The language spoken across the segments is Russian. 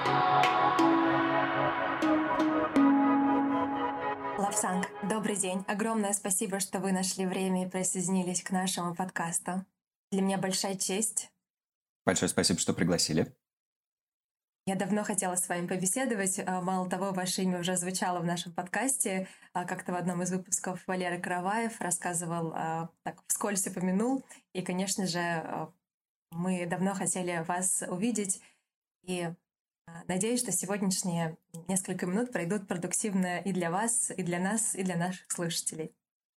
Лавсанг, добрый день. Огромное спасибо, что вы нашли время и присоединились к нашему подкасту. Для меня большая честь. Большое спасибо, что пригласили. Я давно хотела с вами побеседовать. Мало того, ваше имя уже звучало в нашем подкасте. Как-то в одном из выпусков Валера Караваев рассказывал, так вскользь упомянул. И, конечно же, мы давно хотели вас увидеть. И надеюсь, что сегодняшние несколько минут пройдут продуктивно и для вас, и для нас, и для наших слушателей.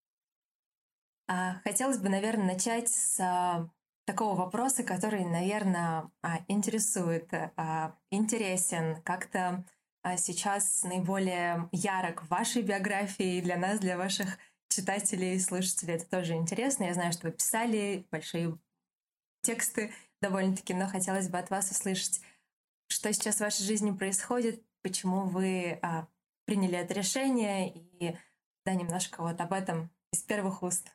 Хотелось бы, наверное, начать с такого вопроса, который, наверное, интересует, интересен, как-то сейчас наиболее ярок в вашей биографии, и для нас, для ваших читателей и слушателей это тоже интересно. Я знаю, что вы писали большие тексты довольно-таки, но хотелось бы от вас услышать, что сейчас в вашей жизни происходит, почему вы приняли это решение, и да, немножко вот об этом из первых уст.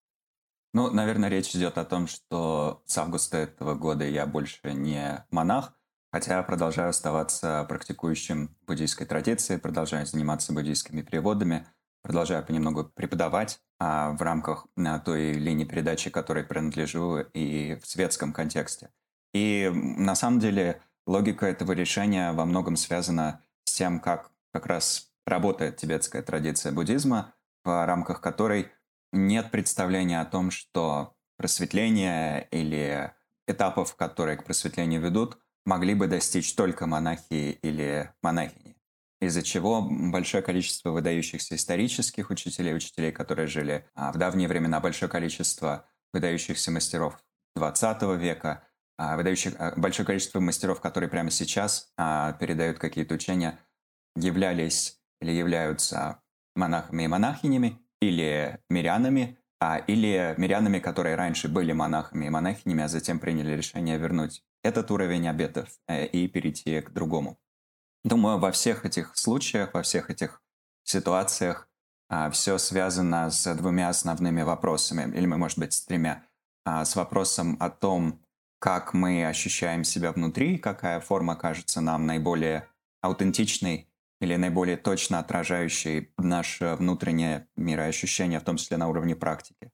Ну, наверное, речь идет о том, что с августа этого года я больше не монах, хотя продолжаю оставаться практикующим в буддийской традиции, продолжаю заниматься буддийскими переводами, продолжаю понемногу преподавать в рамках той линии передачи, которой принадлежу, и в светском контексте. И на самом деле логика этого решения во многом связана с тем, как раз работает тибетская традиция буддизма, в рамках которой нет представления о том, что просветление или этапов, которые к просветлению ведут, могли бы достичь только монахи или монахини. Из-за чего большое количество выдающихся исторических учителей, которые жили в давние времена, большое количество выдающихся мастеров XX века, большое количество мастеров, которые прямо сейчас передают какие-то учения, являлись или являются монахами и монахинями, или мирянами, или мирянами, которые раньше были монахами и монахинями, а затем приняли решение вернуть этот уровень обетов и перейти к другому. Думаю, во всех этих случаях, во всех этих ситуациях все связано с двумя основными вопросами, или, может быть, с тремя. С вопросом о том, как мы ощущаем себя внутри, какая форма кажется нам наиболее аутентичной или наиболее точно отражающей наше внутреннее мироощущение, в том числе на уровне практики.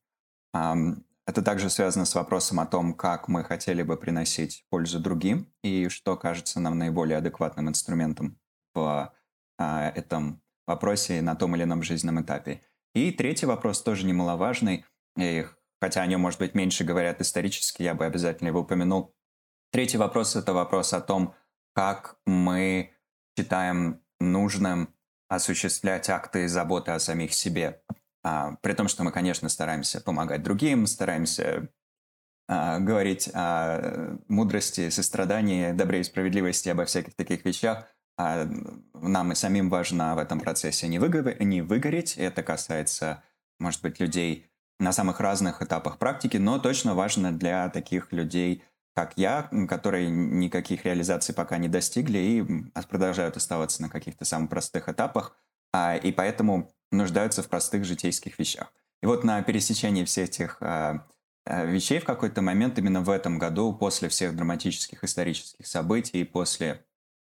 Это также связано с вопросом о том, как мы хотели бы приносить пользу другим и что кажется нам наиболее адекватным инструментом в этом вопросе на том или ином жизненном этапе. И третий вопрос тоже немаловажный, и хотя о нем, может быть, меньше говорят исторически, я бы обязательно его упомянул. Третий вопрос – это вопрос о том, как мы считаем нужным осуществлять акты заботы о самих себе. При том, что мы, конечно, стараемся помогать другим, стараемся говорить о мудрости, сострадании, добре и справедливости, обо всяких таких вещах. Нам и самим важно в этом процессе не выгореть. Это касается, может быть, людей на самых разных этапах практики, но точно важно для таких людей, как я, которые никаких реализаций пока не достигли и продолжают оставаться на каких-то самых простых этапах, и поэтому нуждаются в простых житейских вещах. И вот на пересечении всех этих вещей в какой-то момент именно в этом году, после всех драматических исторических событий, после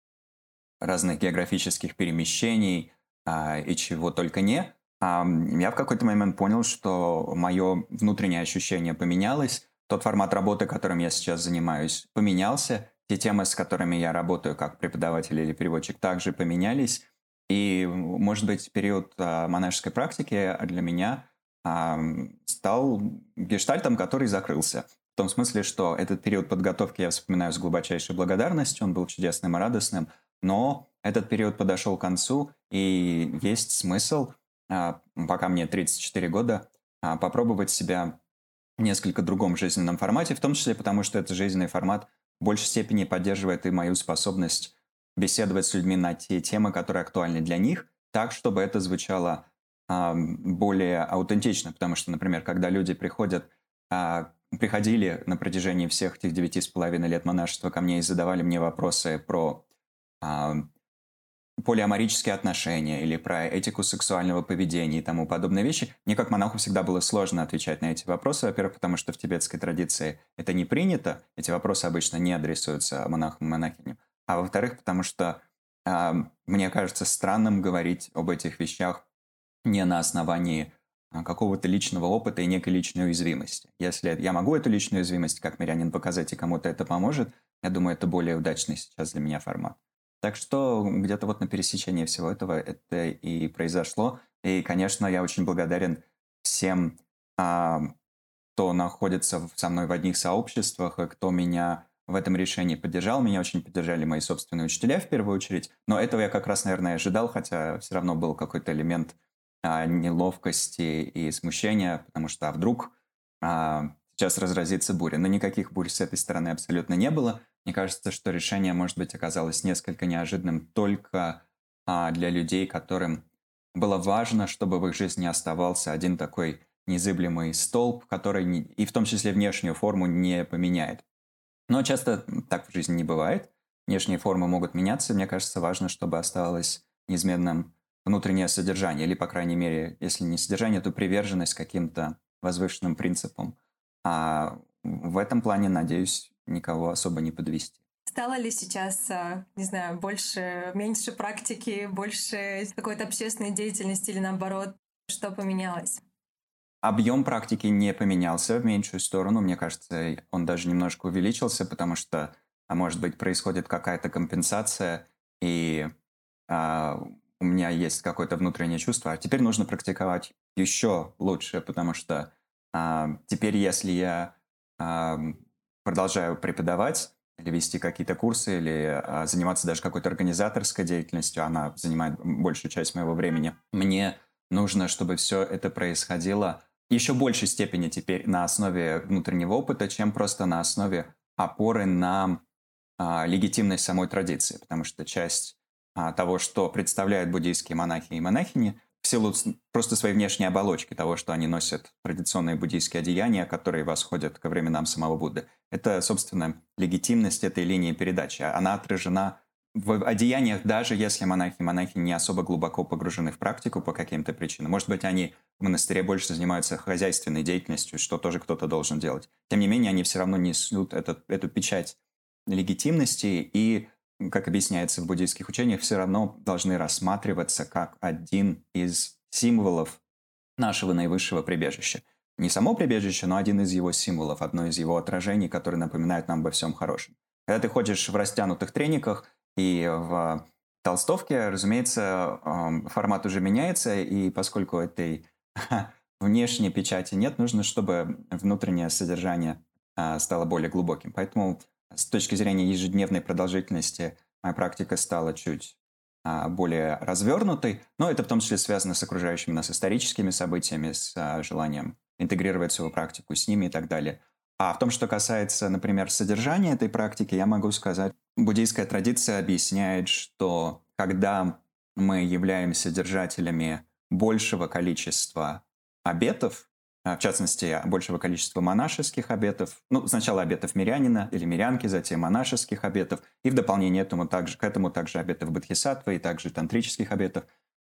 разных географических перемещений и чего только не, я в какой-то момент понял, что мое внутреннее ощущение поменялось, тот формат работы, которым я сейчас занимаюсь, поменялся, те темы, с которыми я работаю как преподаватель или переводчик, также поменялись. И, может быть, период монашеской практики для меня стал гештальтом, который закрылся. В том смысле, что этот период подготовки я вспоминаю с глубочайшей благодарностью, он был чудесным и радостным, но этот период подошел к концу, и есть смысл, пока мне 34 года, попробовать себя в несколько другом жизненном формате, в том числе потому, что этот жизненный формат в большей степени поддерживает и мою способность беседовать с людьми на те темы, которые актуальны для них, так, чтобы это звучало более аутентично. Потому что, например, когда люди приходили на протяжении всех этих 9,5 лет монашества ко мне и задавали мне вопросы про полиаморические отношения или про этику сексуального поведения и тому подобные вещи, мне как монаху всегда было сложно отвечать на эти вопросы. Во-первых, потому что в тибетской традиции это не принято, эти вопросы обычно не адресуются монахам и монахиням. а во-вторых, потому что мне кажется странным говорить об этих вещах не на основании какого-то личного опыта и некой личной уязвимости. Если я могу эту личную уязвимость как мирянин показать, и кому-то это поможет, я думаю, это более удачный сейчас для меня формат. Так что где-то вот на пересечении всего этого это и произошло. И, конечно, я очень благодарен всем, кто находится со мной в одних сообществах, и кто меня в этом решении поддержал. Меня очень поддержали мои собственные учителя в первую очередь. Но этого я как раз, наверное, ожидал, хотя все равно был какой-то элемент неловкости и смущения, потому что вдруг сейчас разразится буря. Но никаких бурь с этой стороны абсолютно не было. Мне кажется, что решение, может быть, оказалось несколько неожиданным только для людей, которым было важно, чтобы в их жизни оставался один такой незыблемый столб, который и в том числе внешнюю форму не поменяет. Но часто так в жизни не бывает. Внешние формы могут меняться. Мне кажется, важно, чтобы оставалось неизменным внутреннее содержание, или, по крайней мере, если не содержание, то приверженность каким-то возвышенным принципам. А в этом плане, надеюсь, никого особо не подвести. Стало ли сейчас, не знаю, меньше практики, больше какой-то общественной деятельности или наоборот, что поменялось? Объем практики не поменялся в меньшую сторону. Мне кажется, он даже немножко увеличился, потому что, может быть, происходит какая-то компенсация, и у меня есть какое-то внутреннее чувство. А теперь нужно практиковать еще лучше, потому что теперь, если я продолжаю преподавать или вести какие-то курсы, или заниматься даже какой-то организаторской деятельностью, она занимает большую часть моего времени, мне нужно, чтобы все это происходило в еще большей степени теперь на основе внутреннего опыта, чем просто на основе опоры на легитимность самой традиции. Потому что часть того, что представляют буддийские монахи и монахини, в силу просто своей внешней оболочки, того, что они носят традиционные буддийские одеяния, которые восходят ко временам самого Будды. Это, собственно, легитимность этой линии передачи. Она отражена в одеяниях, даже если монахи и монахи не особо глубоко погружены в практику по каким-то причинам. Может быть, они в монастыре больше занимаются хозяйственной деятельностью, что тоже кто-то должен делать. Тем не менее, они все равно несут эту печать легитимности и, как объясняется в буддийских учениях, все равно должны рассматриваться как один из символов нашего наивысшего прибежища. Не само прибежище, но один из его символов, одно из его отражений, которое напоминает нам обо всем хорошем. Когда ты ходишь в растянутых трениках и в толстовке, разумеется, формат уже меняется, и поскольку этой внешней печати нет, нужно, чтобы внутреннее содержание стало более глубоким. Поэтому с точки зрения ежедневной продолжительности моя практика стала чуть более развернутой, но это в том числе связано с окружающими нас историческими событиями, с желанием интегрировать свою практику с ними и так далее. А в том, что касается, например, содержания этой практики, я могу сказать, буддийская традиция объясняет, что когда мы являемся держателями большего количества обетов, в частности, большего количества монашеских обетов, сначала обетов мирянина или мирянки, затем монашеских обетов, и в дополнение к этому также обетов бодхисаттвы и также тантрических обетов,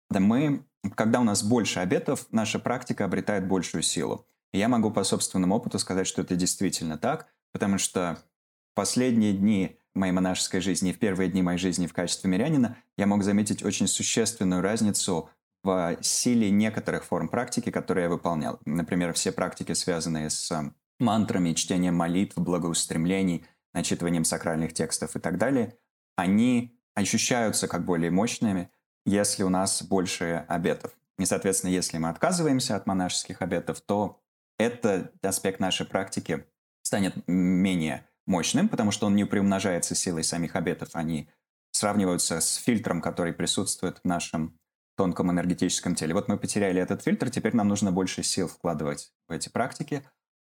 когда у нас больше обетов, наша практика обретает большую силу. И я могу по собственному опыту сказать, что это действительно так, потому что в последние дни моей монашеской жизни и в первые дни моей жизни в качестве мирянина я мог заметить очень существенную разницу в силе некоторых форм практики, которые я выполнял. Например, все практики, связанные с мантрами, чтением молитв, благоустремлений, начитыванием сакральных текстов и так далее, они ощущаются как более мощными, если у нас больше обетов. И, соответственно, если мы отказываемся от монашеских обетов, то этот аспект нашей практики станет менее мощным, потому что он не приумножается силой самих обетов, они сравниваются с фильтром, который присутствует в нашем тонком энергетическом теле. Вот мы потеряли этот фильтр, теперь нам нужно больше сил вкладывать в эти практики.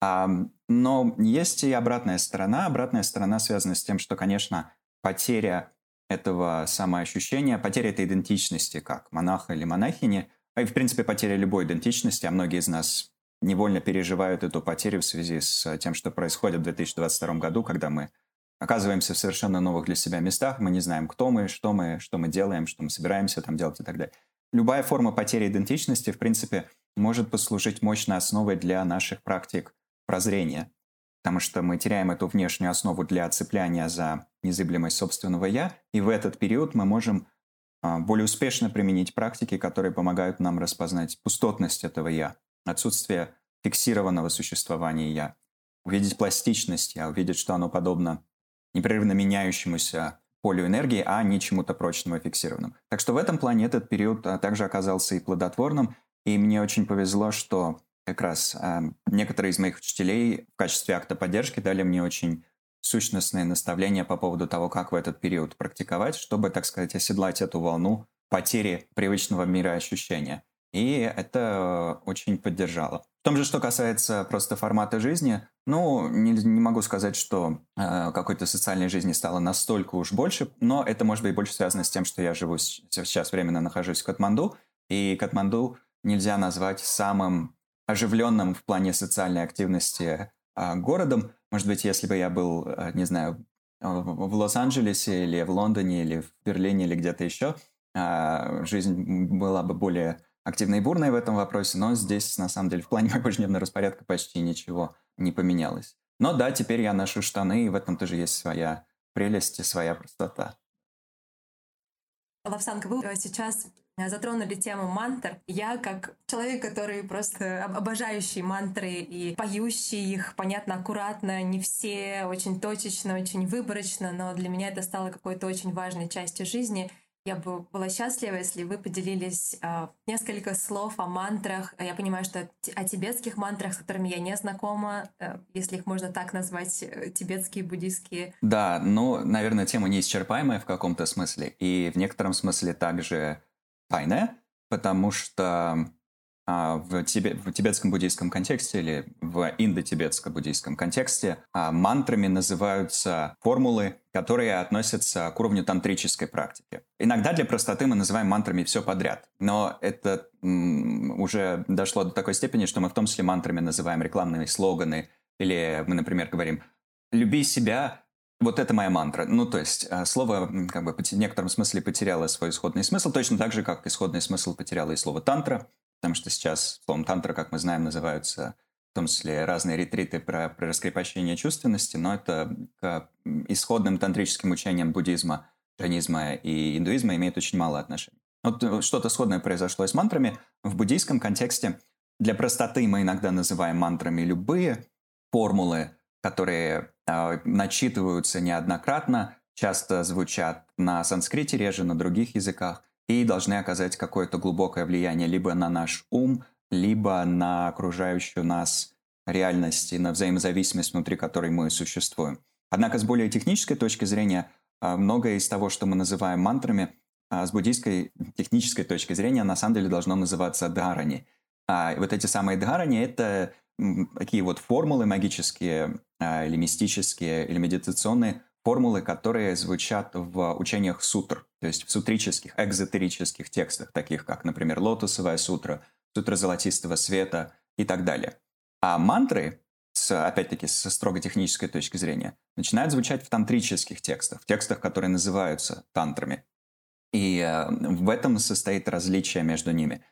Но есть и обратная сторона. Обратная сторона связана с тем, что, конечно, потеря этого самоощущения, потеря этой идентичности как монаха или монахини, и, в принципе, потеря любой идентичности, а многие из нас невольно переживают эту потерю в связи с тем, что происходит в 2022 году, когда мы оказываемся в совершенно новых для себя местах, мы не знаем, кто мы, что мы делаем, что мы собираемся там делать и так далее. Любая форма потери идентичности, в принципе, может послужить мощной основой для наших практик прозрения, потому что мы теряем эту внешнюю основу для цепляния за незыблемость собственного «я», и в этот период мы можем более успешно применить практики, которые помогают нам распознать пустотность этого «я», отсутствие фиксированного существования «я», увидеть пластичность «я», увидеть, что оно подобно непрерывно меняющемуся полю энергии, а не чему-то прочному и фиксированному. Так что в этом плане этот период также оказался и плодотворным, и мне очень повезло, что как раз некоторые из моих учителей в качестве акта поддержки дали мне очень сущностные наставления по поводу того, как в этот период практиковать, чтобы, так сказать, оседлать эту волну потери привычного мира ощущения. И это очень поддержало. В том же, что касается просто формата жизни, не могу сказать, что какой-то социальной жизни стало настолько уж больше, но это может быть больше связано с тем, что я живу сейчас временно нахожусь в Катманду, и Катманду нельзя назвать самым оживленным в плане социальной активности городом. Может быть, если бы я был, не знаю, в Лос-Анджелесе или в Лондоне или в Берлине или где-то еще, жизнь была бы более активной и бурной в этом вопросе, но здесь, на самом деле, в плане моего ежедневного распорядка почти ничего не поменялось. Но да, теперь я ношу штаны, и в этом тоже есть своя прелесть и своя простота. Лавсанг, вы сейчас затронули тему мантр. Я, как человек, который просто обожающий мантры и поющий их, понятно, аккуратно, не все, очень точечно, очень выборочно, но для меня это стало какой-то очень важной частью жизни. Я бы была счастлива, если вы поделились несколько слов о мантрах. Я понимаю, что о тибетских мантрах, с которыми я не знакома, если их можно так назвать, тибетские, буддийские. Да, наверное, тема неисчерпаемая в каком-то смысле, и в некотором смысле также тайная, потому что в тибетском буддийском контексте или в индо-тибетско-буддийском контексте мантрами называются формулы, которые относятся к уровню тантрической практики. Иногда для простоты мы называем мантрами все подряд, но это уже дошло до такой степени, что мы в том числе мантрами называем рекламные слоганы, или мы, например, говорим «люби себя». Вот это моя мантра. То есть слово в некотором смысле потеряло свой исходный смысл, точно так же, как исходный смысл потеряло и слово «тантра», потому что сейчас словом «тантра», как мы знаем, называются в том числе разные ретриты про раскрепощение чувственности, но это к исходным тантрическим учениям буддизма, джайнизма и индуизма имеет очень мало отношения. Вот что-то сходное произошло с мантрами. В буддийском контексте для простоты мы иногда называем мантрами любые формулы, которые начитываются неоднократно, часто звучат на санскрите, реже на других языках, и должны оказать какое-то глубокое влияние либо на наш ум, либо на окружающую нас реальность и на взаимозависимость, внутри которой мы существуем. Однако с более технической точки зрения, многое из того, что мы называем мантрами, с буддийской технической точки зрения на самом деле должно называться дхарани. И вот эти самые дхарани — это такие вот формулы магические или мистические, или медитационные формулы, которые звучат в учениях сутр, то есть в сутрических, экзотерических текстах, таких как, например, Лотосовая сутра, сутра Золотистого Света и так далее. А мантры, опять-таки, со строго технической точки зрения, начинают звучать в тантрических текстах, в текстах, которые называются тантрами. И в этом состоит различие между ними.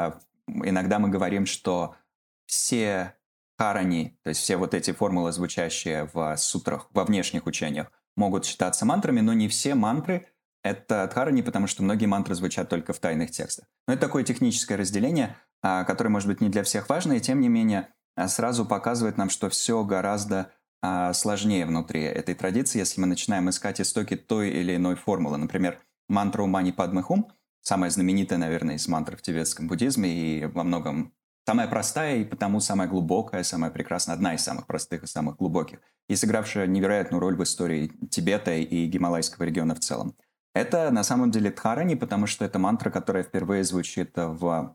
Иногда мы говорим, что все дхарани, то есть все вот эти формулы, звучащие в сутрах, во внешних учениях, могут считаться мантрами, но не все мантры — это дхарани, потому что многие мантры звучат только в тайных текстах. Но это такое техническое разделение, которое, может быть, не для всех важно, и тем не менее сразу показывает нам, что все гораздо сложнее внутри этой традиции, если мы начинаем искать истоки той или иной формулы. Например, мантра Умани Падме Хум, самая знаменитая, наверное, из мантр в тибетском буддизме, и во многом самая простая и потому самая глубокая, самая прекрасная, одна из самых простых и самых глубоких, и сыгравшая невероятную роль в истории Тибета и Гималайского региона в целом. Это на самом деле дхарани, потому что это мантра, которая впервые звучит в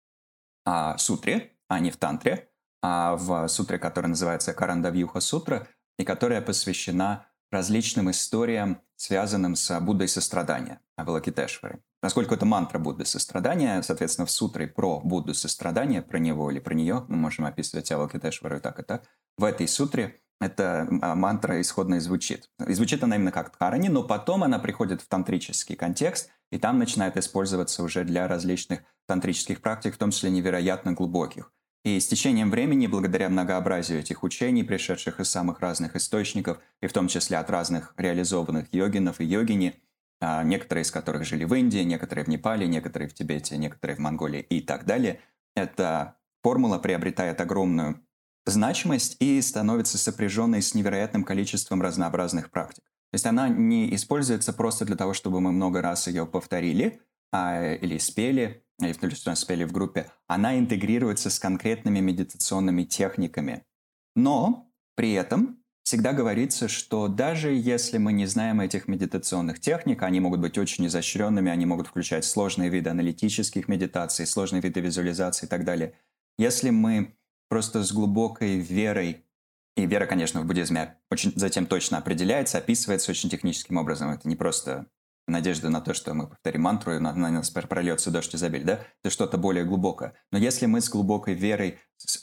сутре, а не в тантре, а в сутре, которая называется Карандавьюха сутра, и которая посвящена различным историям, связанным с Буддой сострадания, Авалокитешварой. Поскольку это мантра Будды сострадания, соответственно, в сутре про Будду сострадания, про него или про нее, мы можем описывать Авалокитешвару и так, и так. В этой сутре эта мантра исходно и звучит. И звучит она именно как дхарани, но потом она приходит в тантрический контекст, и там начинает использоваться уже для различных тантрических практик, в том числе невероятно глубоких. И с течением времени, благодаря многообразию этих учений, пришедших из самых разных источников, и в том числе от разных реализованных йогинов и йогини, некоторые из которых жили в Индии, некоторые в Непале, некоторые в Тибете, некоторые в Монголии и так далее, эта формула приобретает огромную значимость и становится сопряженной с невероятным количеством разнообразных практик. То есть она не используется просто для того, чтобы мы много раз ее повторили или спели, или в том числе спели в группе. Она интегрируется с конкретными медитационными техниками. Но при этом всегда говорится, что даже если мы не знаем этих медитационных техник, они могут быть очень изощренными, они могут включать сложные виды аналитических медитаций, сложные виды визуализации и так далее. Если мы просто с глубокой верой, и вера, конечно, в буддизме очень затем точно определяется, описывается очень техническим образом. Это не просто надежда на то, что мы повторим мантру, и на нас прольется дождь изобилия, да? Это что-то более глубокое. Но если мы с глубокой верой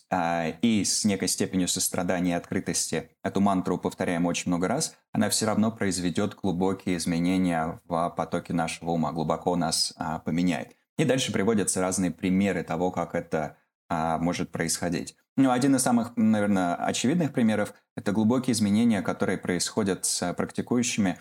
и с некой степенью сострадания и открытости эту мантру повторяем очень много раз, она все равно произведет глубокие изменения в потоке нашего ума, глубоко нас поменяет. И дальше приводятся разные примеры того, как это может происходить. Ну, один из самых, наверное, очевидных примеров – это глубокие изменения, которые происходят с практикующими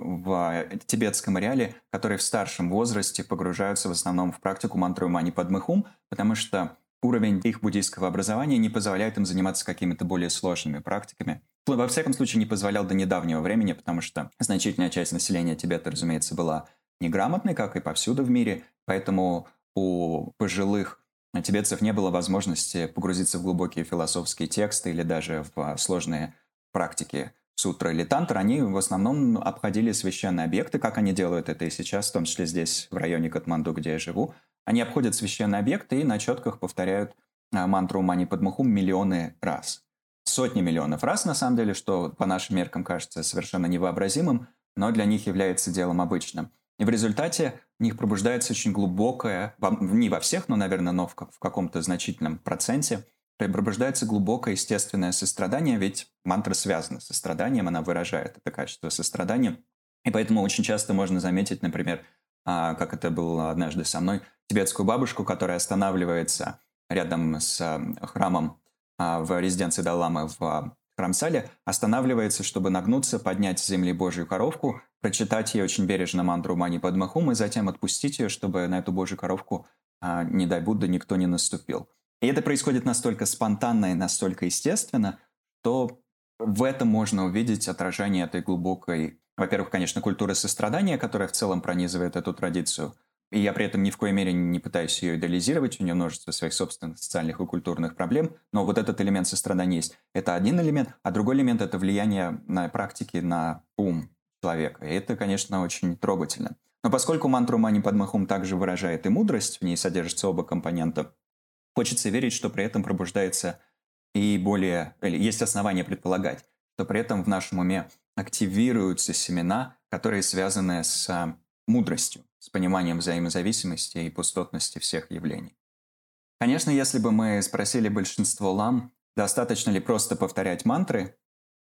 в тибетском ареале, которые в старшем возрасте погружаются в основном в практику мантры Мани Падме Хум, потому что уровень их буддийского образования не позволяет им заниматься какими-то более сложными практиками. Во всяком случае, не позволял до недавнего времени, потому что значительная часть населения Тибета, разумеется, была неграмотной, как и повсюду в мире, поэтому у пожилых тибетцев не было возможности погрузиться в глубокие философские тексты или даже в сложные практики сутры или тантр. Они в основном обходили священные объекты, как они делают это и сейчас, в том числе здесь, в районе Катманду, где я живу. Они обходят священные объекты и на четках повторяют мантру Мани Падме Хум миллионы раз. Сотни миллионов раз, на самом деле, что по нашим меркам кажется совершенно невообразимым, но для них является делом обычным. И в результате в них пробуждается очень глубокое, не во всех, но, наверное, но в каком-то значительном проценте, пробуждается глубокое естественное сострадание, ведь мантра связана с состраданием, она выражает это качество сострадания. И поэтому очень часто можно заметить, например, как это было однажды со мной, тибетскую бабушку, которая останавливается рядом с храмом в резиденции Далай-ламы в Храмсале, останавливается, чтобы нагнуться, поднять с земли Божью коровку, прочитать ей очень бережно мантру Мани Падме Хум и затем отпустить ее, чтобы на эту Божью коровку, не дай Будда, никто не наступил. И это происходит настолько спонтанно и настолько естественно, что в этом можно увидеть отражение этой глубокой, во-первых, конечно, культуры сострадания, которая в целом пронизывает эту традицию. И я при этом ни в коей мере не пытаюсь ее идеализировать, у нее множество своих собственных социальных и культурных проблем, но вот этот элемент сострадания есть. Это один элемент, а другой элемент – это влияние на практики на ум человека. И это, конечно, очень трогательно. Но поскольку мантру Мани Падме Хум также выражает и мудрость, в ней содержатся оба компонента, хочется верить, что при этом пробуждается и более, или есть основания предполагать, что при этом в нашем уме активируются семена, которые связаны с мудростью, с пониманием взаимозависимости и пустотности всех явлений. Конечно, если бы мы спросили большинство лам, достаточно ли просто повторять мантры,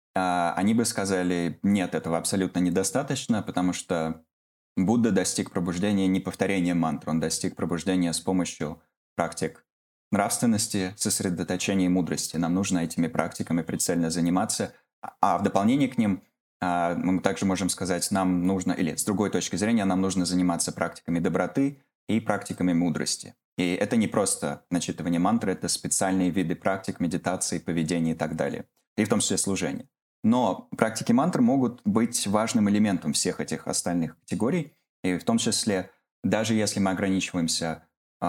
они бы сказали, нет, этого абсолютно недостаточно, потому что Будда достиг пробуждения не повторением мантр, он достиг пробуждения с помощью практик нравственности, сосредоточения и мудрости. Нам нужно этими практиками прицельно заниматься, а в дополнение к ним мы также можем сказать, нам нужно, или с другой точки зрения, нам нужно заниматься практиками доброты и практиками мудрости. И это не просто начитывание мантры, это специальные виды практик, медитации, поведения и так далее. И в том числе служения. Но практики мантр могут быть важным элементом всех этих остальных категорий. И в том числе, даже если мы ограничиваемся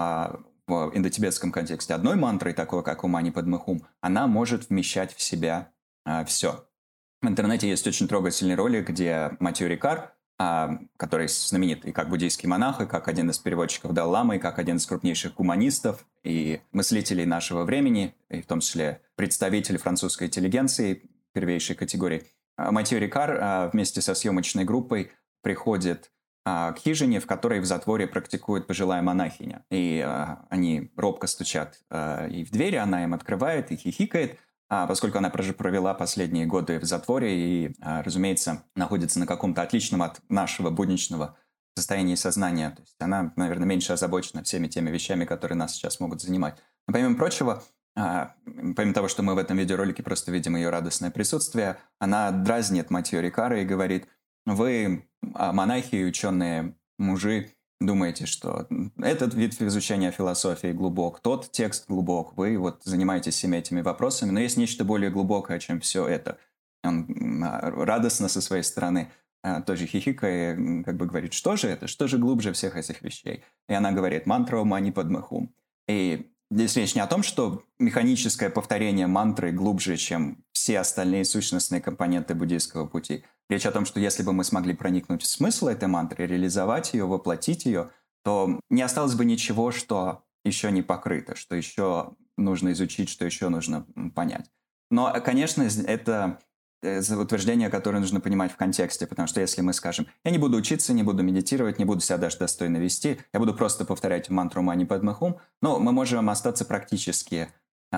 в индотибетском контексте одной мантрой, такой как Мани Падме Хум, она может вмещать в себя все. В интернете есть очень трогательный ролик, где Матью Рикар, который знаменит и как буддийский монах, и как один из переводчиков Далай-ламы, и как один из крупнейших гуманистов и мыслителей нашего времени, и в том числе представитель французской интеллигенции первейшей категории. Матью Рикар вместе со съемочной группой приходит к хижине, в которой в затворе практикует пожилая монахиня. И они робко стучат ей в двери, она им открывает и хихикает, поскольку она провела последние годы в затворе и, разумеется, находится на каком-то отличном от нашего будничного состоянии сознания. То есть она, наверное, меньше озабочена всеми теми вещами, которые нас сейчас могут занимать. Но помимо прочего, помимо того, что мы в этом видеоролике просто видим ее радостное присутствие, она дразнит Матью Рикара и говорит: вы, монахи и ученые мужи, думаете, что этот вид изучения философии глубок, тот текст глубок, вы вот занимаетесь всеми этими вопросами, но есть нечто более глубокое, чем все это. Он радостно со своей стороны тоже хихикая, как бы говорит: что же это? Что же глубже всех этих вещей? И она говорит: мантра мани падмахум. И здесь речь не о том, что механическое повторение мантры глубже, чем все остальные сущностные компоненты буддийского пути. Речь о том, что если бы мы смогли проникнуть в смысл этой мантры, реализовать ее, воплотить ее, то не осталось бы ничего, что еще не покрыто, что еще нужно изучить, что еще нужно понять. Но, конечно, это утверждение, которое нужно понимать в контексте, потому что если мы скажем: я не буду учиться, не буду медитировать, не буду себя даже достойно вести, я буду просто повторять мантру мани падмахум, но мы можем остаться практически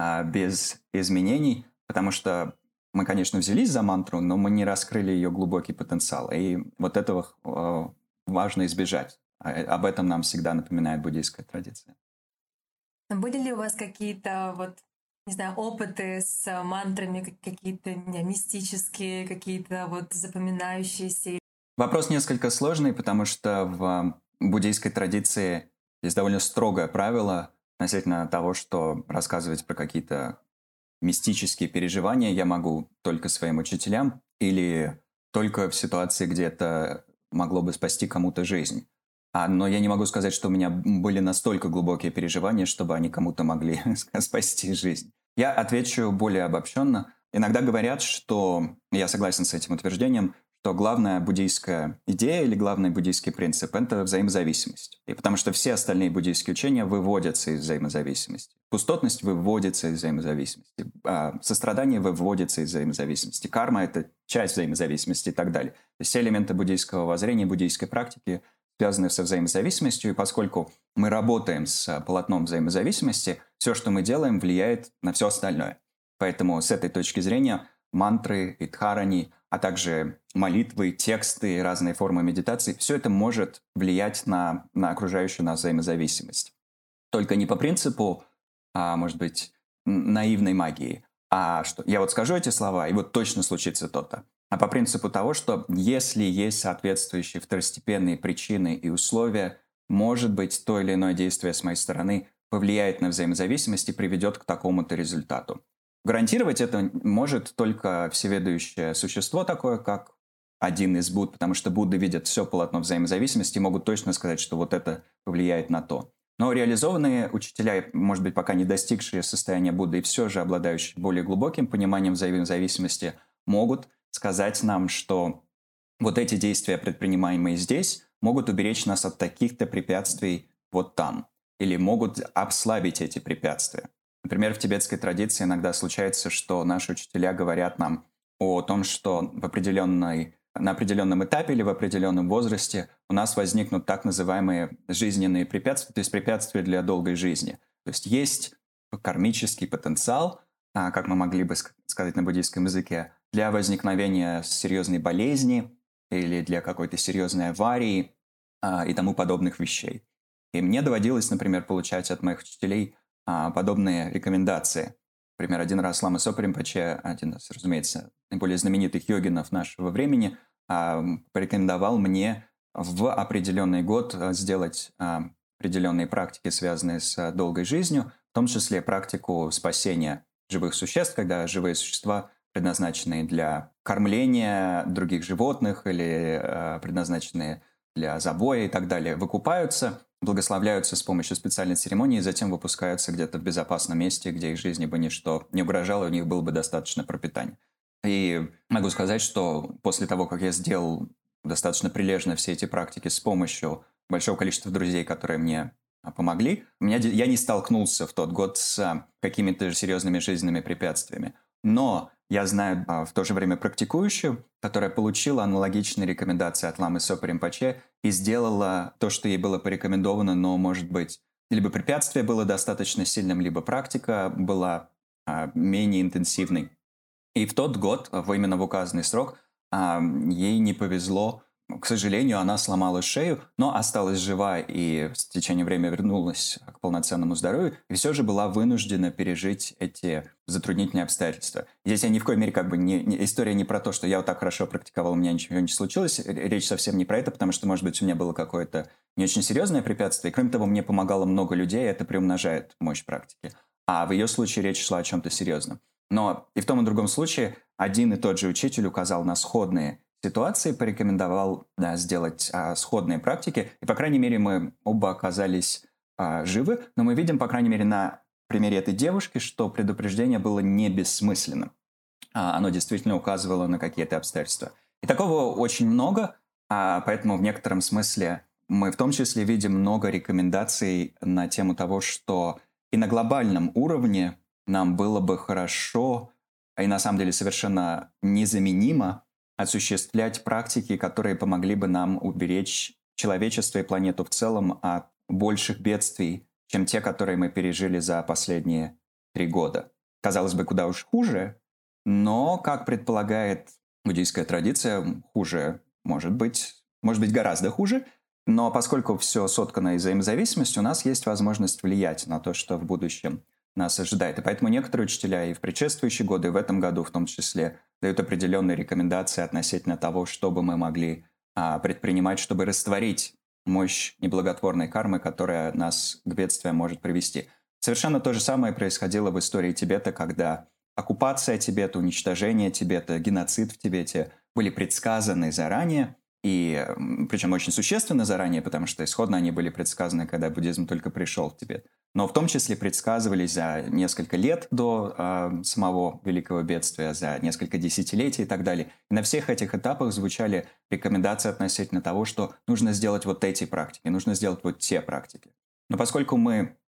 без изменений, потому что мы, конечно, взялись за мантру, но мы не раскрыли ее глубокий потенциал, и вот этого важно избежать. Об этом нам всегда напоминает буддийская традиция. Были ли у вас какие-то не знаю, опыты с мантрами, какие-то мистические, какие-то запоминающиеся? Вопрос несколько сложный, потому что в буддийской традиции есть довольно строгое правило относительно того, что рассказывать про какие-то мистические переживания я могу только своим учителям или только в ситуации, где это могло бы спасти кому-то жизнь. Но я не могу сказать, что у меня были настолько глубокие переживания, чтобы они кому-то могли спасти жизнь. Я отвечу более обобщенно. Иногда говорят, что, я согласен с этим утверждением, что главная буддийская идея или главный буддийский принцип – это взаимозависимость. И потому что все остальные буддийские учения выводятся из взаимозависимости. Пустотность выводится из взаимозависимости. Сострадание выводится из взаимозависимости. Карма – это часть взаимозависимости и так далее. То есть все элементы буддийского воззрения, буддийской практики связаны со взаимозависимостью, и поскольку мы работаем с полотном взаимозависимости, все, что мы делаем, влияет на все остальное. Поэтому с этой точки зрения мантры и дхарани, а также молитвы, тексты, разные формы медитации, все это может влиять на окружающую нас взаимозависимость. Только не по принципу, может быть, наивной магии, а что я вот скажу эти слова, и вот точно случится то-то. А по принципу того, что если есть соответствующие второстепенные причины и условия, может быть, то или иное действие с моей стороны повлияет на взаимозависимость и приведет к такому-то результату. Гарантировать это может только всеведающее существо такое, как один из Будд, потому что Будды видят все полотно взаимозависимости и могут точно сказать, что вот это повлияет на то. Но реализованные учителя, может быть, пока не достигшие состояния Будды и все же обладающие более глубоким пониманием взаимозависимости, могут сказать нам, что вот эти действия, предпринимаемые здесь, могут уберечь нас от таких-то препятствий вот там, или могут ослабить эти препятствия. Например, в тибетской традиции иногда случается, что наши учителя говорят нам о том, что на определенном этапе или в определенном возрасте у нас возникнут так называемые жизненные препятствия, то есть препятствия для долгой жизни. То есть кармический потенциал, как мы могли бы сказать на буддийском языке, для возникновения серьезной болезни или для какой-то серьезной аварии и тому подобных вещей. И мне доводилось, например, получать от моих учителей подобные рекомендации. Например, один раз Лама Сопа Ринпоче, один из, разумеется, наиболее знаменитых йогинов нашего времени, порекомендовал мне в определенный год сделать определенные практики, связанные с долгой жизнью, в том числе практику спасения живых существ, когда живые существа, предназначенные для кормления других животных или предназначенные для забоя и так далее, выкупаются, благословляются с помощью специальной церемонии и затем выпускаются где-то в безопасном месте, где их жизни бы ничто не угрожало, у них было бы достаточно пропитания. И могу сказать, что после того, как я сделал достаточно прилежно все эти практики с помощью большого количества друзей, которые мне помогли, я не столкнулся в тот год с какими-то серьезными жизненными препятствиями. Но я знаю в то же время практикующую, которая получила аналогичные рекомендации от Ламы Сопа Ринпоче и сделала то, что ей было порекомендовано, но, может быть, либо препятствие было достаточно сильным, либо практика была менее интенсивной. И в тот год, именно в указанный срок, ей не повезло к сожалению, она сломала шею, но осталась жива и в течение времени вернулась к полноценному здоровью, и все же была вынуждена пережить эти затруднительные обстоятельства. Здесь я ни в коей мере история не про то, что я вот так хорошо практиковал, у меня ничего не случилось. Речь совсем не про это, потому что, может быть, у меня было какое-то не очень серьезное препятствие. И, кроме того, мне помогало много людей, и это приумножает мощь практики. А в ее случае речь шла о чем-то серьезном. Но и в том и другом случае один и тот же учитель указал на сходные ситуации, порекомендовал сделать сходные практики. И, по крайней мере, мы оба оказались живы. Но мы видим, по крайней мере, на примере этой девушки, что предупреждение было не бессмысленным. Оно действительно указывало на какие-то обстоятельства. И такого очень много, поэтому в некотором смысле мы в том числе видим много рекомендаций на тему того, что и на глобальном уровне нам было бы хорошо, и на самом деле совершенно незаменимо осуществлять практики, которые помогли бы нам уберечь человечество и планету в целом от больших бедствий, чем те, которые мы пережили за последние 3 года. Казалось бы, куда уж хуже, но, как предполагает буддийская традиция, хуже может быть гораздо хуже, но поскольку все соткано из взаимозависимости, у нас есть возможность влиять на то, что в будущем нас ожидает. И поэтому некоторые учителя и в предшествующие годы, и в этом году в том числе, дают определенные рекомендации относительно того, что бы мы могли предпринимать, чтобы растворить мощь неблаготворной кармы, которая нас к бедствиям может привести. Совершенно то же самое происходило в истории Тибета, когда оккупация Тибета, уничтожение Тибета, геноцид в Тибете были предсказаны заранее, и причем очень существенно заранее, потому что исходно они были предсказаны, когда буддизм только пришел в Тибет. Но в том числе предсказывались за несколько лет до самого великого бедствия, за несколько десятилетий и так далее. И на всех этих этапах звучали рекомендации относительно того, что нужно сделать вот эти практики, нужно сделать вот те практики. Но поскольку мы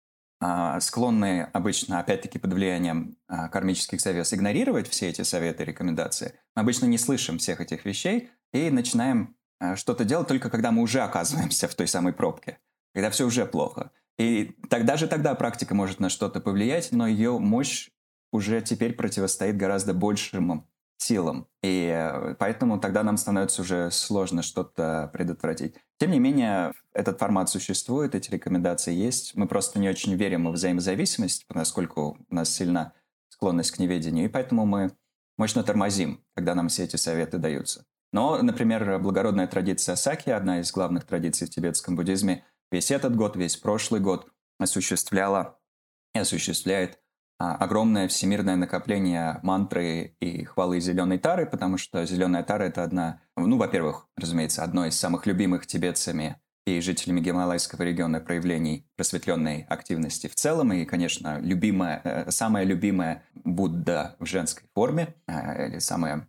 склонны обычно, опять-таки, под влиянием кармических завес игнорировать все эти советы и рекомендации, мы обычно не слышим всех этих вещей и начинаем что-то делать только когда мы уже оказываемся в той самой пробке, когда все уже плохо. И тогда практика может на что-то повлиять, но ее мощь уже теперь противостоит гораздо большим силам. И поэтому тогда нам становится уже сложно что-то предотвратить. Тем не менее, этот формат существует, эти рекомендации есть. Мы просто не очень верим в взаимозависимость, поскольку у нас сильна склонность к неведению, и поэтому мы мощно тормозим, когда нам все эти советы даются. Но, например, благородная традиция Сакья, одна из главных традиций в тибетском буддизме, весь этот год, весь прошлый год осуществляла и осуществляет огромное всемирное накопление мантры и хвалы зеленой тары, потому что зеленая тара – это во-первых, разумеется, одно из самых любимых тибетцами и жителями Гималайского региона проявлений просветленной активности в целом, и, конечно, самая любимая Будда в женской форме, или самое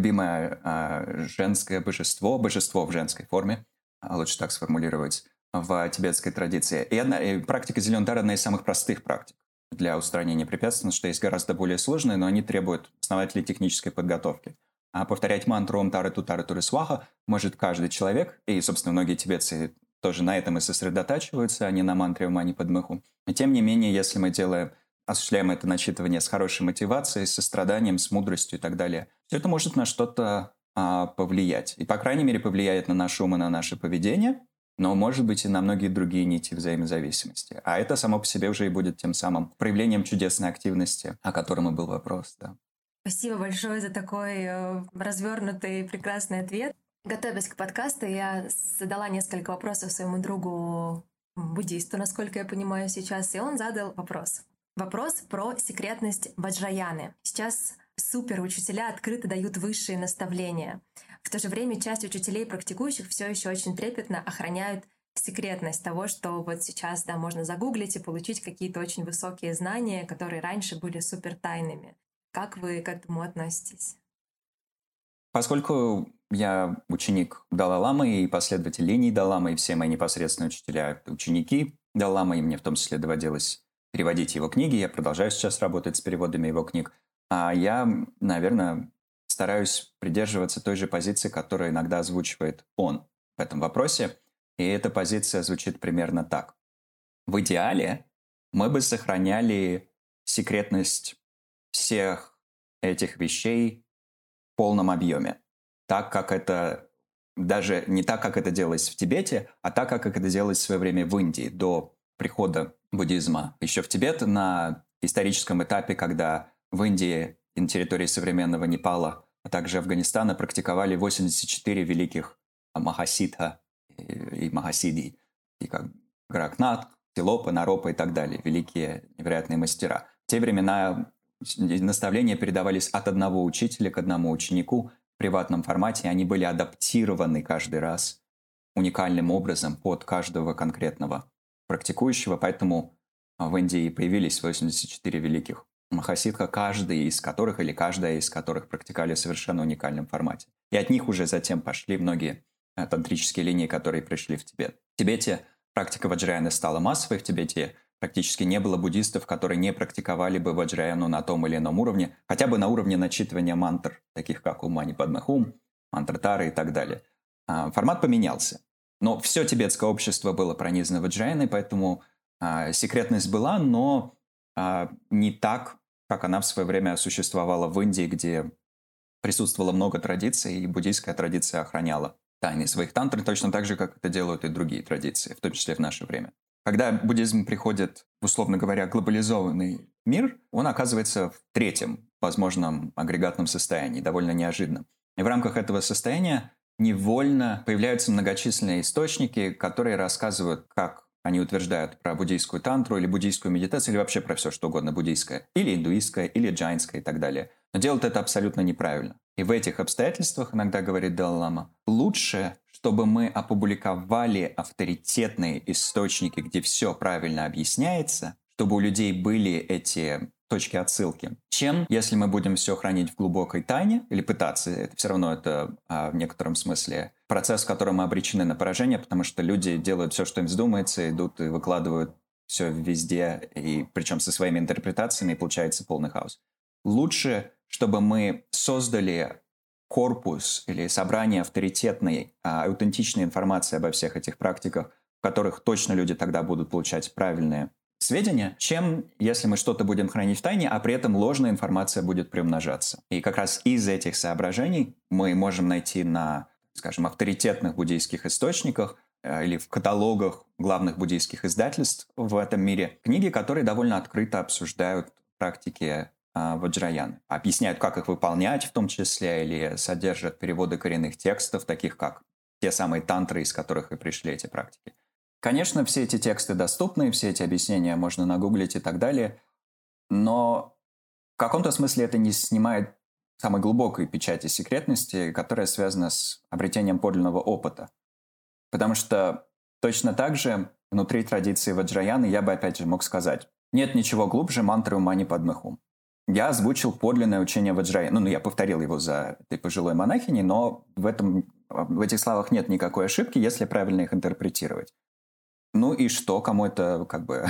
любимое женское божество в женской форме, лучше так сформулировать, в тибетской традиции. И практика зеленой тары – одна из самых простых практик для устранения препятствий, потому что есть гораздо более сложные, но они требуют основательной технической подготовки. А повторять мантру «Ом Тары Тутары Туры Сваха» может каждый человек, и, собственно, многие тибетцы тоже на этом и сосредотачиваются, а не на мантре «Ом Мани Падме Хум». И тем не менее, если мы осуществляем это начитывание с хорошей мотивацией, с состраданием, с мудростью и так далее, все это может на что-то повлиять. И, по крайней мере, повлияет на наш ум и на наше поведение, но, может быть, и на многие другие нити взаимозависимости. А это само по себе уже и будет тем самым проявлением чудесной активности, о котором и был вопрос. Да. Спасибо большое за такой развернутый прекрасный ответ. Готовясь к подкасту, я задала несколько вопросов своему другу буддисту, насколько я понимаю сейчас, и он задал вопрос. Вопрос про секретность ваджраяны. Сейчас суперучителя открыто дают высшие наставления. В то же время часть учителей, практикующих, все еще очень трепетно охраняют секретность того, что вот сейчас можно загуглить и получить какие-то очень высокие знания, которые раньше были супер тайными. Как вы к этому относитесь? Поскольку я ученик Далай-ламы и последователь линий Далай-ламы, и все мои непосредственные учителя – это ученики Далай-ламы, и мне в том числе доводилось переводить его книги, я продолжаю сейчас работать с переводами его книг, а я, наверное, стараюсь придерживаться той же позиции, которую иногда озвучивает он в этом вопросе, и эта позиция звучит примерно так. В идеале мы бы сохраняли секретность всех этих вещей в полном объеме, так как это даже не так, как это делалось в Тибете, а так, как это делалось в свое время в Индии, до прихода буддизма. Еще в Тибет на историческом этапе, когда в Индии и на территории современного Непала, а также Афганистана практиковали 84 великих Махасидха и Махасидий, и как Горакнат, Тилопа, Наропа и так далее, великие невероятные мастера. В те времена наставления передавались от одного учителя к одному ученику в приватном формате, и они были адаптированы каждый раз уникальным образом под каждого конкретного практикующего, поэтому в Индии появились 84 великих Махасидха, каждый из которых или каждая из которых практиковали в совершенно уникальном формате. И от них уже затем пошли многие тантрические линии, которые пришли в Тибет. В Тибете практика ваджраяны стала массовой, в Тибете практически не было буддистов, которые не практиковали бы ваджраяну на том или ином уровне, хотя бы на уровне начитывания мантр, таких как Ом Мани Падме Хум, мантра Тары и так далее. Формат поменялся. Но все тибетское общество было пронизано ваджраяной, поэтому секретность была, но не так, как она в свое время существовала в Индии, где присутствовало много традиций, и буддийская традиция охраняла тайны своих тантр, точно так же, как это делают и другие традиции, в том числе в наше время. Когда буддизм приходит в, условно говоря, глобализованный мир, он оказывается в третьем возможном агрегатном состоянии, довольно неожиданном. И в рамках этого состояния невольно появляются многочисленные источники, которые рассказывают, как они утверждают про буддийскую тантру или буддийскую медитацию, или вообще про все, что угодно буддийское, или индуистское, или джайнское и так далее. Но делают это абсолютно неправильно. И в этих обстоятельствах, иногда говорит Далай-лама, лучше, чтобы мы опубликовали авторитетные источники, где все правильно объясняется, чтобы у людей были эти точки отсылки, чем если мы будем все хранить в глубокой тайне, или пытаться, это все равно это в некотором смысле процесс, в котором мы обречены на поражение, потому что люди делают все, что им вздумается, идут и выкладывают все везде, и причем со своими интерпретациями, и получается полный хаос. Лучше, чтобы мы создали корпус или собрание авторитетной, аутентичной информации обо всех этих практиках, в которых точно люди тогда будут получать правильные сведения, чем если мы что-то будем хранить в тайне, а при этом ложная информация будет приумножаться. И как раз из этих соображений мы можем найти на, скажем, авторитетных буддийских источниках или в каталогах главных буддийских издательств в этом мире книги, которые довольно открыто обсуждают практики ваджраяны. Объясняют, как их выполнять в том числе, или содержат переводы коренных текстов, таких как те самые тантры, из которых и пришли эти практики. Конечно, все эти тексты доступны, все эти объяснения можно нагуглить и так далее, но в каком-то смысле это не снимает самой глубокой печати секретности, которая связана с обретением подлинного опыта. Потому что точно так же внутри традиции ваджраяны я бы опять же мог сказать, нет ничего глубже мантры Ом Мани Падме Хум. Я озвучил подлинное учение ваджраяны. Ну, я повторил его за этой пожилой монахиней, но в этих словах нет никакой ошибки, если правильно их интерпретировать. Ну и что? Кому это как бы...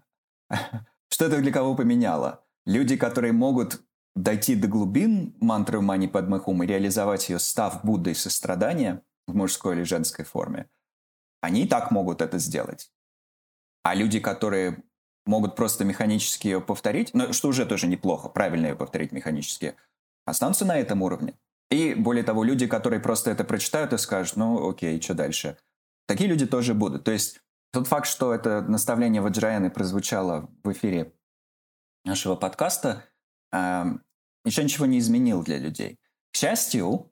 Что это для кого поменяло? Люди, которые могут дойти до глубин мантры Ом Мани Падме Хум и реализовать ее, став Буддой сострадания в мужской или женской форме, они и так могут это сделать. А люди, которые могут просто механически ее повторить, но что уже тоже неплохо, правильно ее повторить механически, останутся на этом уровне. И более того, люди, которые просто это прочитают и скажут, ну окей, что дальше? Такие люди тоже будут. То есть тот факт, что это наставление ваджраяны прозвучало в эфире нашего подкаста, еще ничего не изменил для людей. К счастью,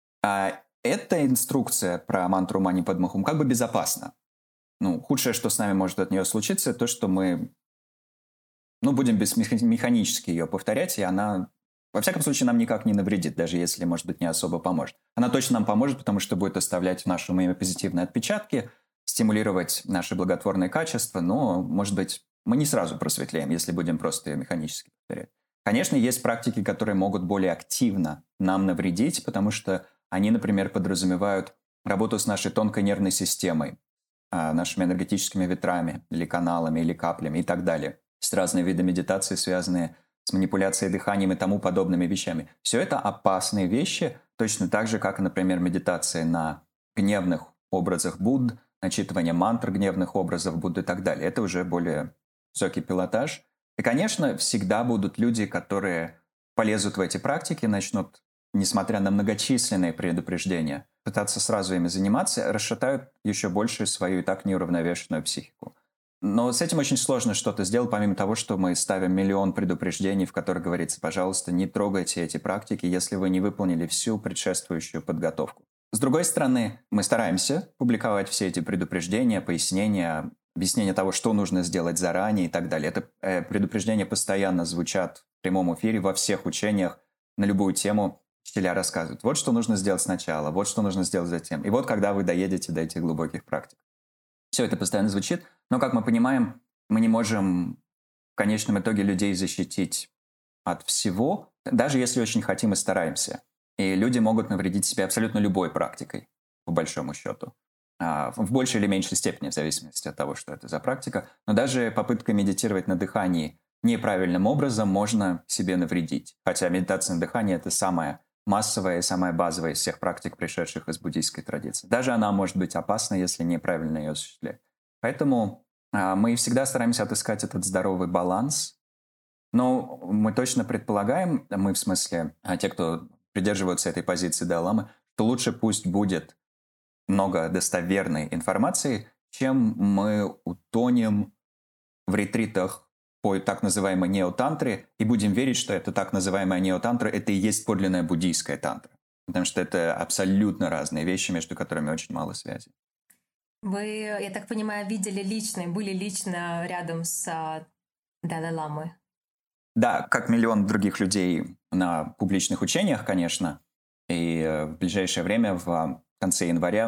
эта инструкция про мантру Ом Мани Падме Хум как бы безопасна. Ну, худшее, что с нами может от нее случиться, то, что мы будем механически ее повторять, и она, во всяком случае, нам никак не навредит, даже если, может быть, не особо поможет. Она точно нам поможет, потому что будет оставлять в нашем уме позитивные отпечатки, стимулировать наши благотворные качества, но, может быть, мы не сразу просветлеем, если будем просто ее механически повторять. Конечно, есть практики, которые могут более активно нам навредить, потому что они, например, подразумевают работу с нашей тонкой нервной системой, нашими энергетическими ветрами, или каналами, или каплями и так далее. Есть разные виды медитации, связанные с манипуляцией дыханием и тому подобными вещами. Все это опасные вещи, точно так же, как, например, медитация на гневных образах Будд, начитывание мантр гневных образов Будды и так далее. Это уже более высокий пилотаж. И, конечно, всегда будут люди, которые полезут в эти практики, начнут, несмотря на многочисленные предупреждения, пытаться сразу ими заниматься, расшатают еще больше свою и так неуравновешенную психику. Но с этим очень сложно что-то сделать, помимо того, что мы ставим миллион предупреждений, в которых говорится, пожалуйста, не трогайте эти практики, если вы не выполнили всю предшествующую подготовку. С другой стороны, мы стараемся публиковать все эти предупреждения, пояснения, объяснение того, что нужно сделать заранее и так далее. Это предупреждения постоянно звучат в прямом эфире во всех учениях на любую тему. Учителя рассказывают, вот что нужно сделать сначала, вот что нужно сделать затем. И вот когда вы доедете до этих глубоких практик. Все это постоянно звучит, но, как мы понимаем, мы не можем в конечном итоге людей защитить от всего, даже если очень хотим и стараемся. И люди могут навредить себе абсолютно любой практикой, по большому счету. В большей или меньшей степени, в зависимости от того, что это за практика. Но даже попытка медитировать на дыхании неправильным образом можно себе навредить. Хотя медитация на дыхании – это самая массовая и самая базовая из всех практик, пришедших из буддийской традиции. Даже она может быть опасна, если неправильно ее осуществлять. Поэтому мы всегда стараемся отыскать этот здоровый баланс. Но мы точно предполагаем, мы в смысле, те, кто придерживаются этой позиции Далай-ламы, что лучше пусть будет много достоверной информации, чем мы утонем в ретритах по так называемой неотантре и будем верить, что это так называемая неотантра – это и есть подлинная буддийская тантра. Потому что это абсолютно разные вещи, между которыми очень мало связи. Вы, я так понимаю, были лично рядом с Далай-ламой? Да, как миллион других людей на публичных учениях, конечно. И в ближайшее время, в конце января,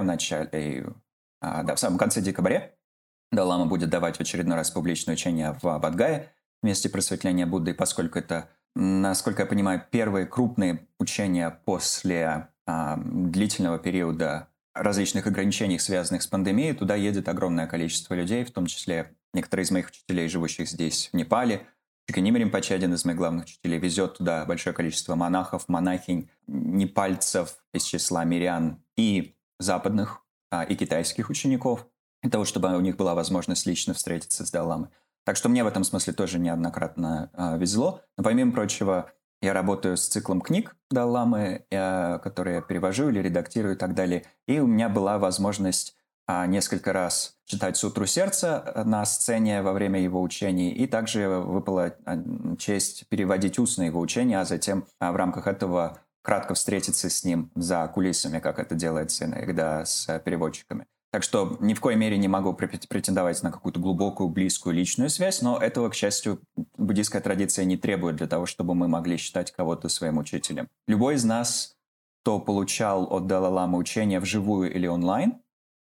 в самом конце декабря, Далай-лама будет давать в очередной раз публичное учение в Бодхгае в месте просветления Будды, поскольку это, насколько я понимаю, первые крупные учения после длительного периода различных ограничений, связанных с пандемией. Туда едет огромное количество людей, в том числе некоторые из моих учителей, живущих здесь, в Непале. Чикани Ринпоче, один из моих главных учителей, везет туда большое количество монахов, монахинь, непальцев из числа мирян и западных, и китайских учеников, для того, чтобы у них была возможность лично встретиться с Далай-ламой. Так что мне в этом смысле тоже неоднократно везло. Но помимо прочего, я работаю с циклом книг Далай-ламы, которые я перевожу или редактирую и так далее. И у меня была возможность несколько раз читать «Сутру сердца» на сцене во время его учений, и также выпала честь переводить устно его учения, а затем в рамках этого кратко встретиться с ним за кулисами, как это делается иногда с переводчиками. Так что ни в коей мере не могу претендовать на какую-то глубокую, близкую личную связь, но этого, к счастью, буддийская традиция не требует для того, чтобы мы могли считать кого-то своим учителем. Любой из нас, кто получал от Далай-ламы учения вживую или онлайн,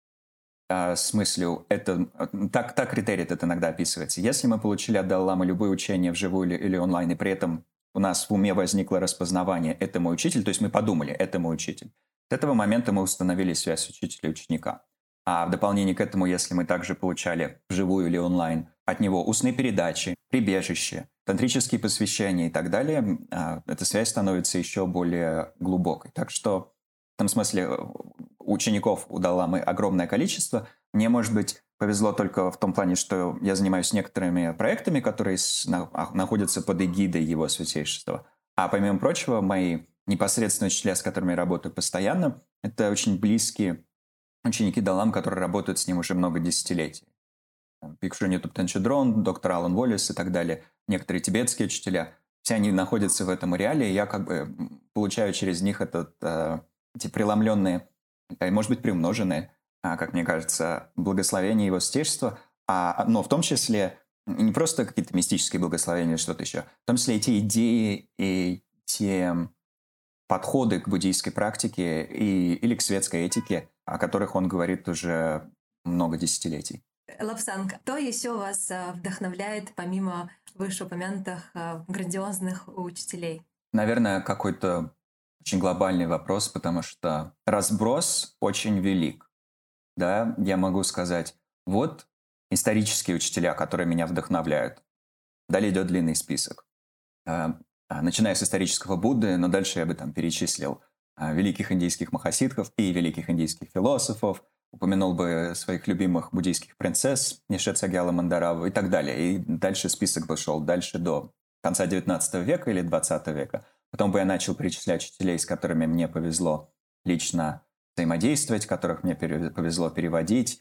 с мыслью, так критерий этот иногда описывается. Если мы получили от Далай-ламы любые учения вживую или онлайн, и при этом у нас в уме возникло распознавание «это мой учитель», то есть мы подумали «это мой учитель», с этого момента мы установили связь учителя и ученика. А в дополнение к этому, если мы также получали вживую или онлайн от него устные передачи, прибежище, тантрические посвящения и так далее, эта связь становится еще более глубокой. Так что в этом смысле учеников у Далай-ламы огромное количество. Мне, может быть, повезло только в том плане, что я занимаюсь некоторыми проектами, которые находятся под эгидой его святейшества. А помимо прочего, мои непосредственные учителя, с которыми я работаю постоянно, это очень близкие ученики Далай-ламы, которые работают с ним уже много десятилетий. Бикшу Нитоп Тенчедрон, доктор Алан Уоллес и так далее. Некоторые тибетские учителя. Все они находятся в этом ареале, и я как бы получаю через них эти преломленные, может быть, приумноженные, как мне кажется, благословения его святейшества, но в том числе не просто какие-то мистические благословения или что-то еще, в том числе и те идеи, и те подходы к буддийской практике или к светской этике, о которых он говорит уже много десятилетий. Лапсан, кто еще вас вдохновляет, помимо вышеупомянутых грандиозных учителей? Наверное, какой-то очень глобальный вопрос, потому что разброс очень велик. Да, я могу сказать, вот исторические учителя, которые меня вдохновляют. Далее идет длинный список. Начиная с исторического Будды, но дальше я бы там перечислил великих индийских махасидхов и великих индийских философов, упомянул бы своих любимых буддийских принцесс, Нишет Сагьяла Мандараву и так далее. И дальше список бы шел дальше до конца 19 века или 20 века. Потом бы я начал перечислять учителей, с которыми мне повезло лично взаимодействовать, которых мне повезло переводить.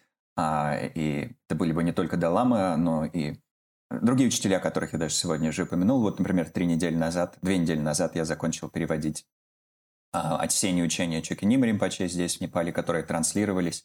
И это были бы не только Даламы, но и другие учителя, которых я даже сегодня уже упомянул. Вот, например, 2 недели назад я закончил переводить осенние учения Чокиним Ринпоче здесь, в Непале, которые транслировались.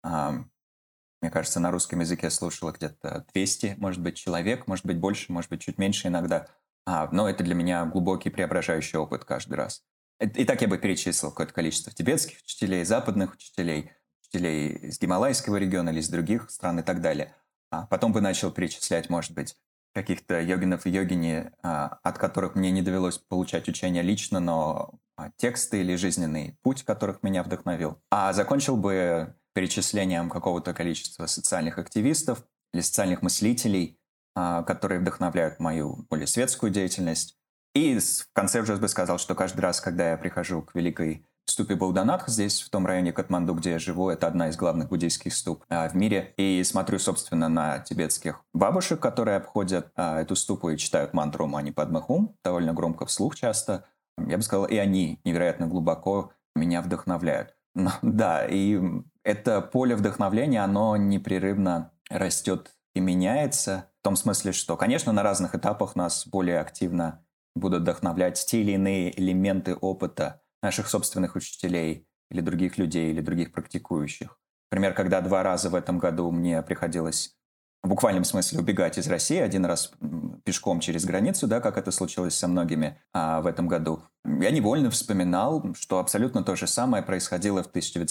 Мне кажется, на русском языке я слушала где-то 200, может быть, человек, может быть, больше, может быть, чуть меньше иногда. Но это для меня глубокий преображающий опыт каждый раз. И так я бы перечислил какое-то количество тибетских учителей, западных учителей, учителей из Гималайского региона или из других стран и так далее. Потом бы начал перечислять, может быть, каких-то йогинов и йогини, от которых мне не довелось получать учение лично, но тексты или жизненный путь, которых меня вдохновил. Закончил бы перечислением какого-то количества социальных активистов или социальных мыслителей, которые вдохновляют мою более светскую деятельность. И в конце уже бы сказал, что каждый раз, когда я прихожу к великой ступе Бауданатх, здесь, в том районе Катманду, где я живу, это одна из главных буддийских ступ в мире, и смотрю, собственно, на тибетских бабушек, которые обходят эту ступу и читают мантру Мани Падме Хум, довольно громко вслух часто, я бы сказал, и они невероятно глубоко меня вдохновляют. Да, и это поле вдохновления, оно непрерывно растет и меняется, в том смысле, что, конечно, на разных этапах нас более активно будут вдохновлять те или иные элементы опыта наших собственных учителей или других людей, или других практикующих. Например, когда 2 раза в этом году мне приходилось в буквальном смысле убегать из России, 1 раз пешком через границу, да, как это случилось со многими в этом году, я невольно вспоминал, что абсолютно то же самое происходило в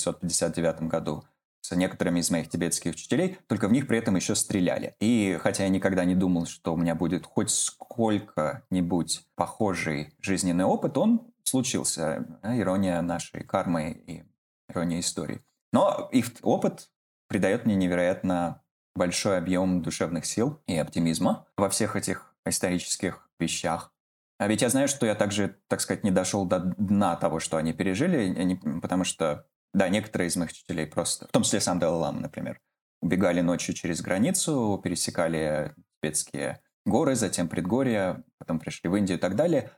1959 году с некоторыми из моих тибетских учителей, только в них при этом еще стреляли. И хотя я никогда не думал, что у меня будет хоть сколько-нибудь похожий жизненный опыт, он случился. Ирония нашей кармы и ирония истории. Но их опыт придает мне невероятно большой объем душевных сил и оптимизма во всех этих исторических вещах. А ведь я знаю, что я также, так сказать, не дошел до дна того, что они пережили, потому что, да, некоторые из моих учителей просто, в том числе сам Далай-лама, например, убегали ночью через границу, пересекали тибетские горы, затем предгорья, потом пришли в Индию и так далее.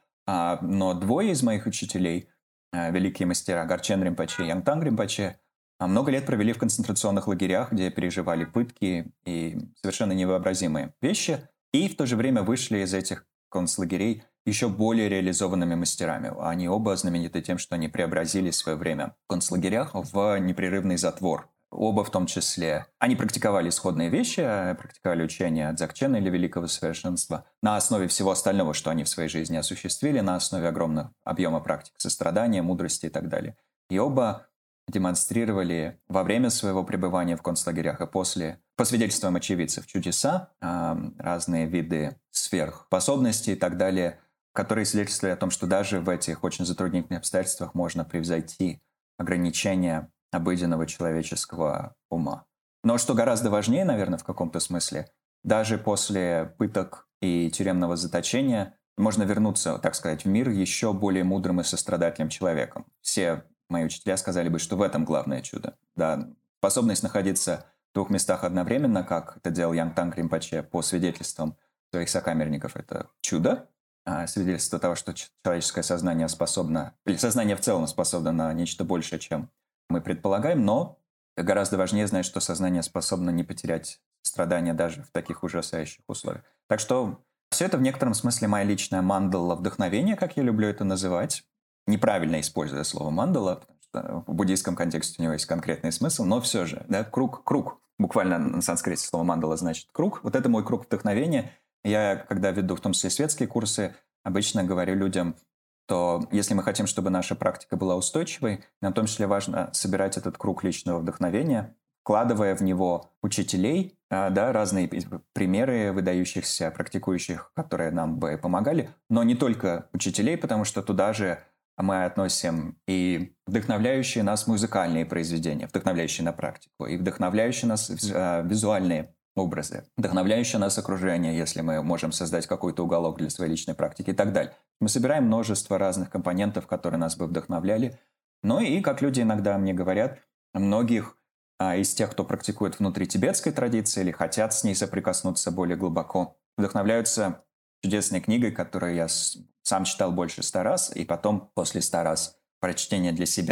Но 2 из моих учителей, великие мастера Гарчен Ринпоче и Янтанг Ринпоче, много лет провели в концентрационных лагерях, где переживали пытки и совершенно невообразимые вещи, и в то же время вышли из этих концлагерей еще более реализованными мастерами. Они оба знамениты тем, что они преобразили свое время в концлагерях в непрерывный затвор. Оба в том числе. Они практиковали исходные вещи, практиковали учения Дзогчена или Великого Совершенства на основе всего остального, что они в своей жизни осуществили, на основе огромного объема практик сострадания, мудрости и так далее. И оба демонстрировали во время своего пребывания в концлагерях и после, по свидетельствам очевидцев, чудеса, разные виды сверхспособностей и так далее, которые свидетельствовали о том, что даже в этих очень затруднительных обстоятельствах можно превзойти ограничения обыденного человеческого ума. Но что гораздо важнее, наверное, в каком-то смысле, даже после пыток и тюремного заточения можно вернуться, так сказать, в мир еще более мудрым и сострадательным человеком. Все мои учителя сказали бы, что в этом главное чудо. Да, способность находиться в 2 местах одновременно, как это делал Янтанг Ринпоче по свидетельствам своих сокамерников, это чудо. Свидетельство того, что человеческое сознание способно, или сознание в целом способно на нечто большее, чем мы предполагаем, но гораздо важнее знать, что сознание способно не потерять страдания даже в таких ужасающих условиях. Так что все это в некотором смысле моя личная мандала вдохновения, как я люблю это называть. Неправильно используя слово мандала, потому что в буддийском контексте у него есть конкретный смысл, но все же, да, круг. Буквально на санскрите слово мандала значит круг. Вот это мой круг вдохновения. Я, когда веду в том числе светские курсы, обычно говорю людям, то если мы хотим, чтобы наша практика была устойчивой, нам в том числе важно собирать этот круг личного вдохновения, вкладывая в него учителей, да, разные примеры выдающихся практикующих, которые нам бы помогали, но не только учителей, потому что туда же мы относим и вдохновляющие нас музыкальные произведения, вдохновляющие на практику, и вдохновляющие нас визуальные образы, вдохновляющее нас окружение, если мы можем создать какой-то уголок для своей личной практики и так далее. Мы собираем множество разных компонентов, которые нас бы вдохновляли. Ну и, как люди иногда мне говорят, многих из тех, кто практикует внутри тибетской традиции или хотят с ней соприкоснуться более глубоко, вдохновляются чудесной книгой, которую я сам читал больше 100 раз, и потом после 100 раз прочтения для себя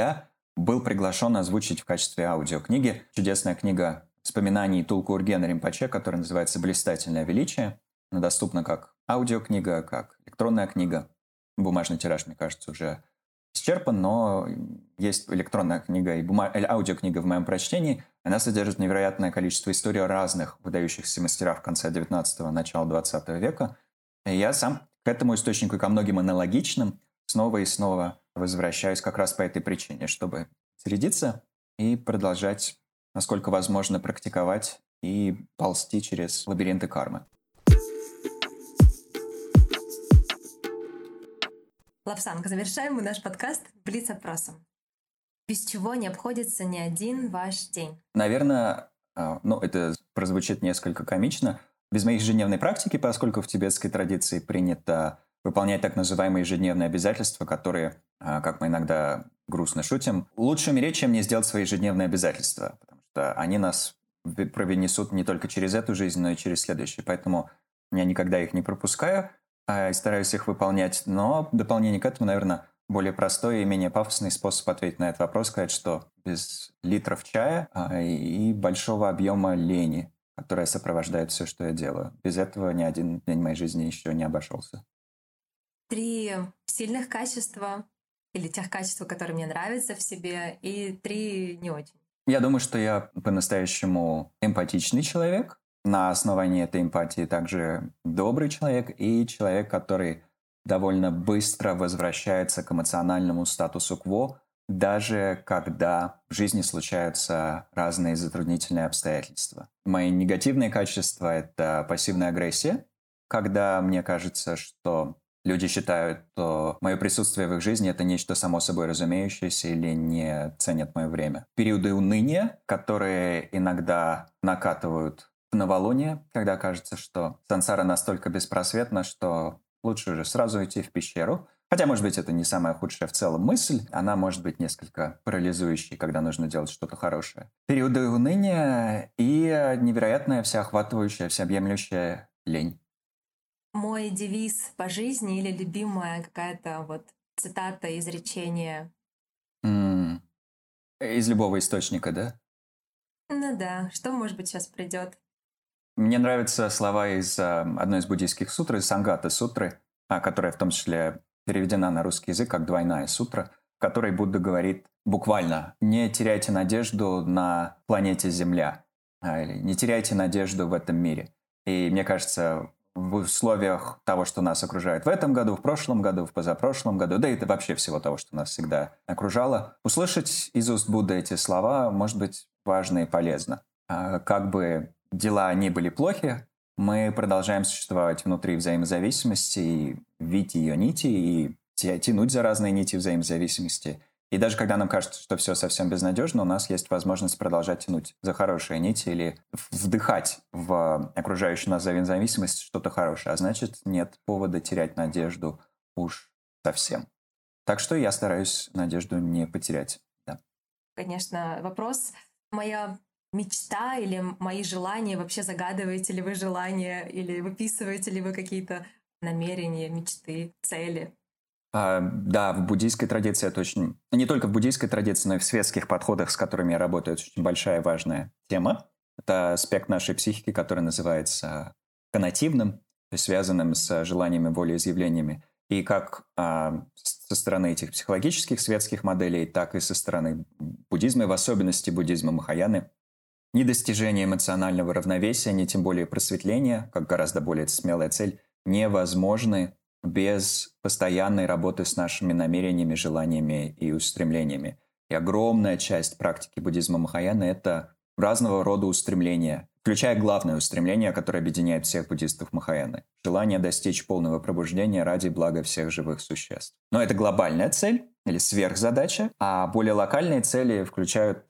был приглашен озвучить в качестве аудиокниги чудесная книга вспоминаний Тулку Ургена Ринпоче, которая называется «Блистательное величие». Она доступна как аудиокнига, как электронная книга. Бумажный тираж, мне кажется, уже исчерпан, но есть электронная книга и аудиокнига в моем прочтении. Она содержит невероятное количество историй о разных выдающихся мастерах конца 19-го, начала 20 века. И я сам к этому источнику и ко многим аналогичным снова и снова возвращаюсь как раз по этой причине, чтобы зарядиться и продолжать, насколько возможно, практиковать и ползти через лабиринты кармы. Лапсанг, завершаем мы наш подкаст блиц-опросом. Без чего не обходится ни один ваш день? Наверное, это прозвучит несколько комично. Без моей ежедневной практики, поскольку в тибетской традиции принято выполнять так называемые ежедневные обязательства, которые, как мы иногда грустно шутим, лучше умереть, чем не сделать свои ежедневные обязательства, потому что они нас провинесут не только через эту жизнь, но и через следующую. Поэтому я никогда их не пропускаю и стараюсь их выполнять. Но в дополнение к этому, наверное, более простой и менее пафосный способ ответить на этот вопрос, сказать, что без литров чая и большого объема лени, которая сопровождает все, что я делаю. Без этого ни один день моей жизни еще не обошелся. 3 сильных качества или тех качеств, которые мне нравятся в себе, и 3 не очень. Я думаю, что я по-настоящему эмпатичный человек. На основании этой эмпатии также добрый человек и человек, который довольно быстро возвращается к эмоциональному статусу кво, даже когда в жизни случаются разные затруднительные обстоятельства. Мои негативные качества — это пассивная агрессия, когда мне кажется, что люди считают, что мое присутствие в их жизни — это нечто само собой разумеющееся или не ценят мое время. Периоды уныния, которые иногда накатывают в новолуние, когда кажется, что сансара настолько беспросветна, что лучше уже сразу идти в пещеру. Хотя, может быть, это не самая худшая в целом мысль. Она может быть несколько парализующей, когда нужно делать что-то хорошее. Периоды уныния и невероятная, всеохватывающая, всеобъемлющая лень. Мой девиз по жизни или любимая какая-то цитата, изречение? Из любого источника, да? Ну да, что, может быть, сейчас придет? Мне нравятся слова из одной из буддийских сутр, из Сангата-сутры, которая в том числе переведена на русский язык как «двойная сутра», в которой Будда говорит буквально «не теряйте надежду на планете Земля», или «не теряйте надежду в этом мире». И мне кажется, в условиях того, что нас окружает в этом году, в прошлом году, в позапрошлом году, да и это вообще всего того, что нас всегда окружало, услышать из уст Будды эти слова может быть важно и полезно. Как бы дела ни были плохи, мы продолжаем существовать внутри взаимозависимости и видеть ее нити, и тянуть за разные нити взаимозависимости. И даже когда нам кажется, что все совсем безнадежно, у нас есть возможность продолжать тянуть за хорошие нити или вдыхать в окружающую нас взаимозависимость что-то хорошее. А значит, нет повода терять надежду уж совсем. Так что я стараюсь надежду не потерять. Да. Конечно, вопрос моя мечта или мои желания, вообще загадываете ли вы желания или выписываете ли вы какие-то намерения, мечты, цели? Да, в буддийской традиции это очень... Не только в буддийской традиции, но и в светских подходах, с которыми я работаю, это очень большая и важная тема. Это аспект нашей психики, который называется коннотивным, то есть связанным с желаниями, волеизъявлениями. И как со стороны этих психологических светских моделей, так и со стороны буддизма, и в особенности буддизма Махаяны, ни достижение эмоционального равновесия, ни тем более просветления, как гораздо более смелая цель, невозможны без постоянной работы с нашими намерениями, желаниями и устремлениями. И огромная часть практики буддизма Махаяны — это разного рода устремления, включая главное устремление, которое объединяет всех буддистов Махаяны — желание достичь полного пробуждения ради блага всех живых существ. Но это глобальная цель или сверхзадача, а более локальные цели включают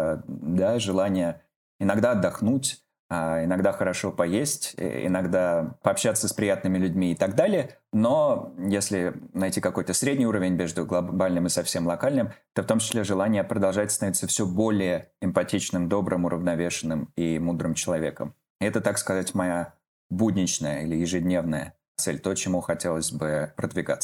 желание иногда отдохнуть, иногда хорошо поесть, иногда пообщаться с приятными людьми и так далее. Но если найти какой-то средний уровень между глобальным и совсем локальным, то в том числе желание продолжать становиться все более эмпатичным, добрым, уравновешенным и мудрым человеком. И это, так сказать, моя будничная или ежедневная цель, то, чему хотелось бы продвигаться.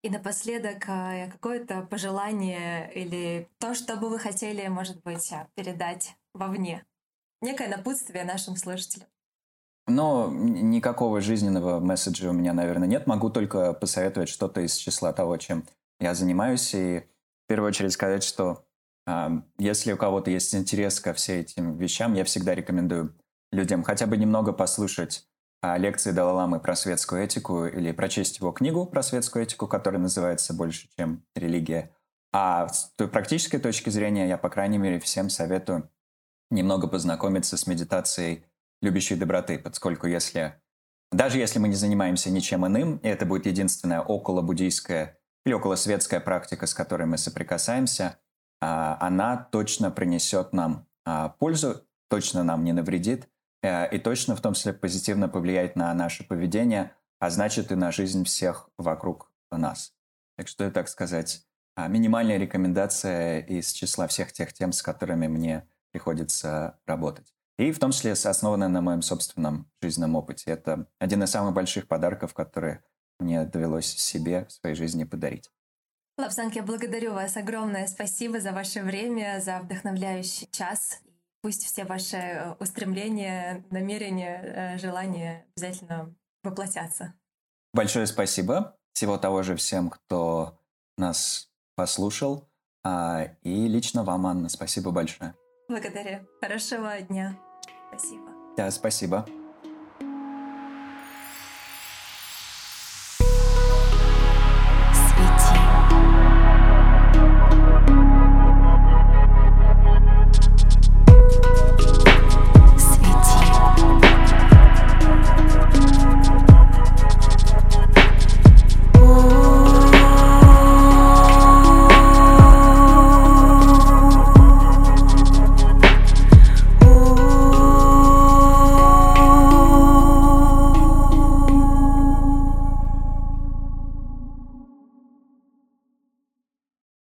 И напоследок какое-то пожелание или то, что бы вы хотели, может быть, передать вовне. Некое напутствие нашим слушателям. Но никакого жизненного месседжа у меня, наверное, нет. Могу только посоветовать что-то из числа того, чем я занимаюсь. И в первую очередь сказать, что если у кого-то есть интерес ко всем этим вещам, я всегда рекомендую людям хотя бы немного послушать лекции Далай-ламы про светскую этику или прочесть его книгу про светскую этику, которая называется «Больше, чем религия». А с той практической точки зрения я, по крайней мере, всем советую немного познакомиться с медитацией любящей доброты, поскольку даже если мы не занимаемся ничем иным, и это будет единственная около-буддийская или околосветская практика, с которой мы соприкасаемся, она точно принесет нам пользу, точно нам не навредит, и точно в том числе позитивно повлияет на наше поведение, а значит и на жизнь всех вокруг нас. Так что это, так сказать, минимальная рекомендация из числа всех тех тем, с которыми мне приходится работать. И в том числе основанная на моем собственном жизненном опыте. Это один из самых больших подарков, которые мне довелось себе в своей жизни подарить. Лапсанг, я благодарю вас. Огромное спасибо за ваше время, за вдохновляющий час. Пусть все ваши устремления, намерения, желания обязательно воплотятся. Большое спасибо. Всего того же всем, кто нас послушал. И лично вам, Анна, спасибо большое. Благодарю. Хорошего дня. Спасибо. Да, спасибо.